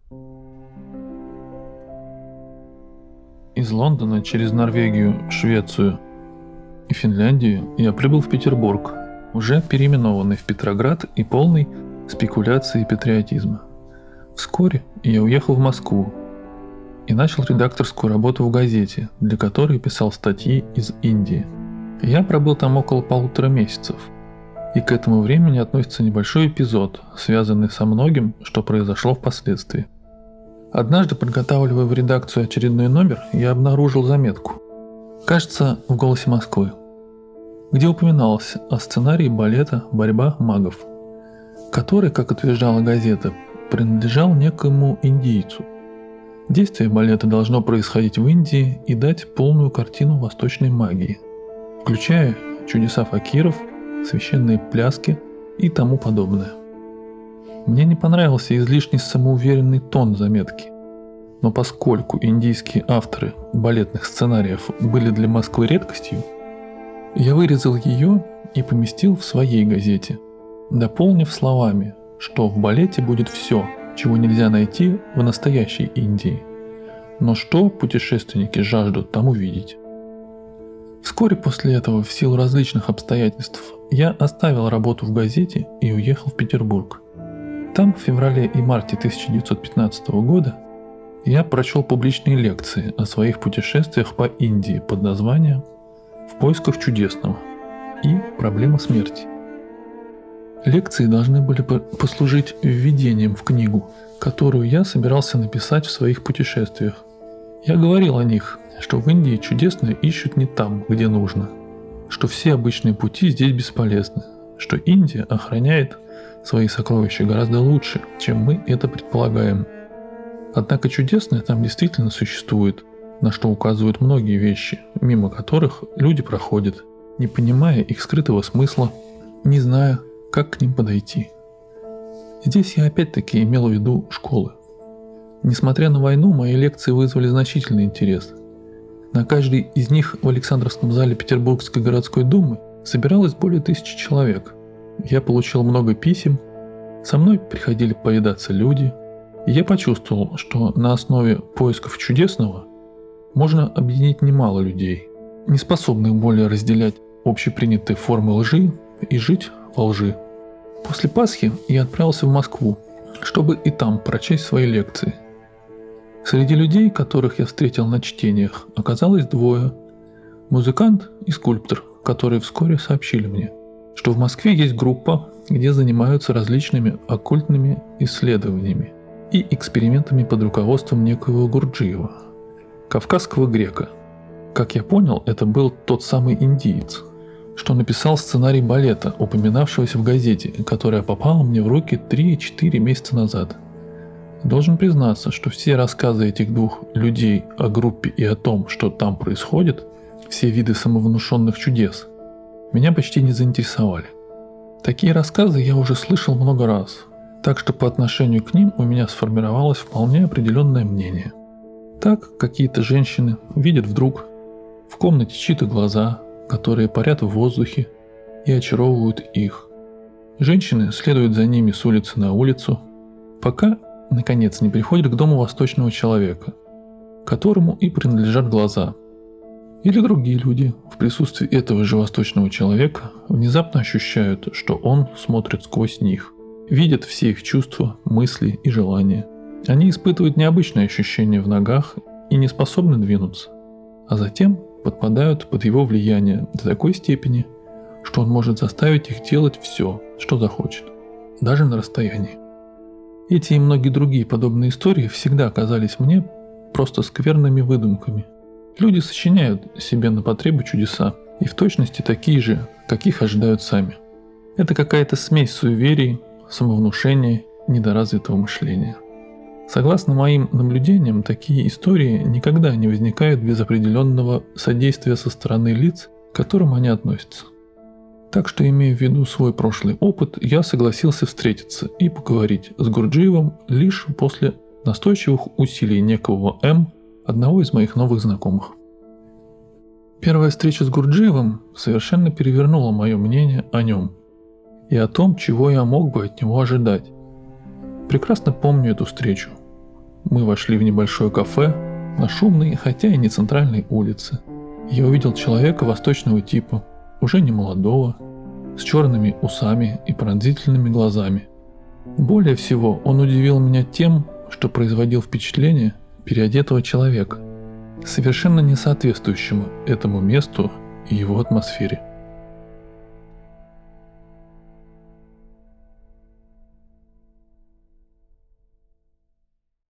Из Лондона через Норвегию, Швецию и Финляндию я прибыл в Петербург, уже переименованный в Петроград и полный спекуляций и патриотизма. Вскоре я уехал в Москву и начал редакторскую работу в газете, для которой писал статьи из Индии. Я пробыл там около 1,5 месяцев, и к этому времени относится небольшой эпизод, связанный со многим, что произошло впоследствии. Однажды, подготавливая в редакцию очередной номер, я обнаружил заметку, кажется, в «Голосе Москвы», где упоминалось о сценарии балета «Борьба магов», который, как утверждала газета, принадлежал некоему индийцу. Действие балета должно происходить в Индии и дать полную картину восточной магии, включая чудеса факиров, священные пляски и тому подобное. Мне не понравился излишне самоуверенный тон заметки, но поскольку индийские авторы балетных сценариев были для Москвы редкостью, я вырезал ее и поместил в своей газете, дополнив словами, что в балете будет все, чего нельзя найти в настоящей Индии, но что путешественники жаждут там увидеть. Вскоре после этого, в силу различных обстоятельств, я оставил работу в газете и уехал в Петербург. Там в феврале и марте 1915 года я прочел публичные лекции о своих путешествиях по Индии под названием «В поисках чудесного» и «Проблема смерти». Лекции должны были послужить введением в книгу, которую я собирался написать в своих путешествиях. Я говорил о них, что в Индии чудесное ищут не там, где нужно, что все обычные пути здесь бесполезны, что Индия охраняет свои сокровища гораздо лучше, чем мы это предполагаем. Однако чудесное там действительно существует, на что указывают многие вещи, мимо которых люди проходят, не понимая их скрытого смысла, не зная, как к ним подойти. Здесь я опять-таки имел в виду школы. Несмотря на войну, мои лекции вызвали значительный интерес. На каждой из них в Александровском зале Петербургской городской думы собиралось более 1000 человек. Я получил много писем, со мной приходили повидаться люди, и я почувствовал, что на основе поисков чудесного можно объединить немало людей, не способных более разделять общепринятые формы лжи и жить во лжи. После Пасхи я отправился в Москву, чтобы и там прочесть свои лекции. Среди людей, которых я встретил на чтениях, оказалось 2: музыкант и скульптор, которые вскоре сообщили мне, что в Москве есть группа, где занимаются различными оккультными исследованиями и экспериментами под руководством некоего Гурджиева, кавказского грека. Как я понял, это был тот самый индиец, что написал сценарий балета, упоминавшегося в газете, которая попала мне в руки 3-4 месяца назад. Должен признаться, что все рассказы этих 2 людей о группе и о том, что там происходит, все виды самовнушенных чудес, меня почти не заинтересовали. Такие рассказы я уже слышал много раз, так что по отношению к ним у меня сформировалось вполне определенное мнение. Так какие-то женщины видят вдруг в комнате чьи-то глаза, которые парят в воздухе и очаровывают их. Женщины следуют за ними с улицы на улицу, пока, наконец, не приходят к дому восточного человека, которому и принадлежат глаза. Или другие люди в присутствии этого же восточного человека внезапно ощущают, что он смотрит сквозь них, видят все их чувства, мысли и желания. Они испытывают необычные ощущения в ногах и не способны двинуться, а затем подпадают под его влияние до такой степени, что он может заставить их делать все, что захочет, даже на расстоянии. Эти и многие другие подобные истории всегда казались мне просто скверными выдумками. Люди сочиняют себе на потребу чудеса, и в точности такие же, каких ожидают сами. Это какая-то смесь суеверий, самовнушения, недоразвитого мышления. Согласно моим наблюдениям, такие истории никогда не возникают без определенного содействия со стороны лиц, к которым они относятся. Так что, имея в виду свой прошлый опыт, я согласился встретиться и поговорить с Гурджиевым лишь после настойчивых усилий некого М, одного из моих новых знакомых. Первая встреча с Гурджиевым совершенно перевернула мое мнение о нем и о том, чего я мог бы от него ожидать. Прекрасно помню эту встречу. Мы вошли в небольшое кафе на шумной, хотя и не центральной улице. Я увидел человека восточного типа, уже не молодого, с черными усами и пронзительными глазами. Более всего он удивил меня тем, что производил впечатление переодетого человека, совершенно не соответствующему этому месту и его атмосфере.